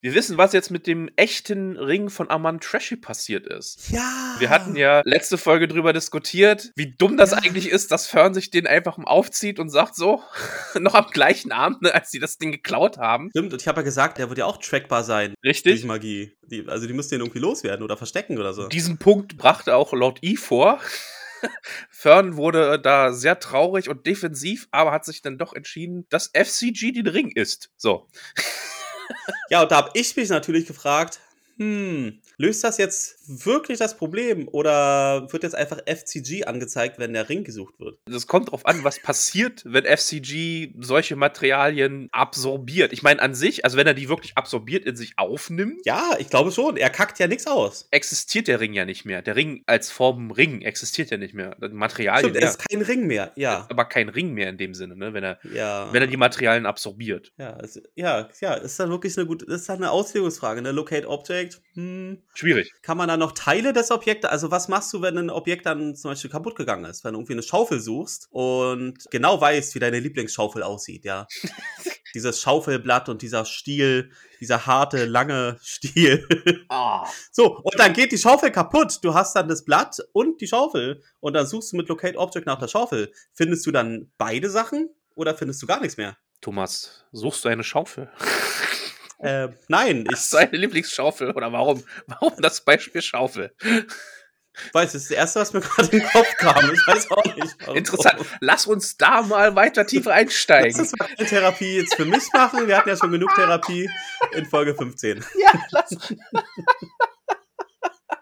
Wir wissen, was jetzt mit dem echten Ring von Armand Trashy passiert ist. Ja. Wir hatten ja letzte Folge drüber diskutiert, wie dumm das eigentlich ist, dass Fern sich den einfach aufzieht und sagt so, noch am gleichen Abend, ne, als sie das Ding geklaut haben. Stimmt, und ich habe ja gesagt, der wird ja auch trackbar sein. Richtig. Durch Magie. Die müssen den irgendwie loswerden oder verstecken oder so. Diesen Punkt brachte auch Lord E vor. Fern wurde da sehr traurig und defensiv, aber hat sich dann doch entschieden, dass FCG den Ring ist. So. Ja, und da habe ich mich natürlich gefragt, löst das jetzt wirklich das Problem oder wird jetzt einfach FCG angezeigt, wenn der Ring gesucht wird? Es kommt drauf an, was passiert, wenn FCG solche Materialien absorbiert. Ich meine an sich, also wenn er die wirklich absorbiert in sich aufnimmt. Ja, ich glaube schon. Er kackt ja nichts aus. Existiert der Ring ja nicht mehr. Der Ring als Form Ring existiert ja nicht mehr. Materialien. Stimmt, er ist kein Ring mehr, ja. Aber kein Ring mehr in dem Sinne, ne? Wenn er die Materialien absorbiert. Ja, ist dann wirklich ist dann eine Auslegungsfrage, ne? Locate Object, Schwierig. Kann man da noch Teile des Objektes, also was machst du, wenn ein Objekt dann zum Beispiel kaputt gegangen ist? Wenn du irgendwie eine Schaufel suchst und genau weißt, wie deine Lieblingsschaufel aussieht, ja. Dieses Schaufelblatt und dieser Stiel, dieser harte, lange Stiel. Oh. So, und dann geht die Schaufel kaputt. Du hast dann das Blatt und die Schaufel. Und dann suchst du mit Locate Object nach der Schaufel. Findest du dann beide Sachen oder findest du gar nichts mehr? Thomas, suchst du eine Schaufel? Nein. Hast du eine Lieblingsschaufel? Oder warum das Beispiel Schaufel? Weiß, das ist das Erste, was mir gerade in den Kopf kam. Ich weiß auch nicht. Warum. Interessant. Lass uns da mal weiter tiefer einsteigen. Lass uns mal eine Therapie jetzt für mich machen. Wir hatten ja schon genug Therapie in Folge 15. Ja, lass.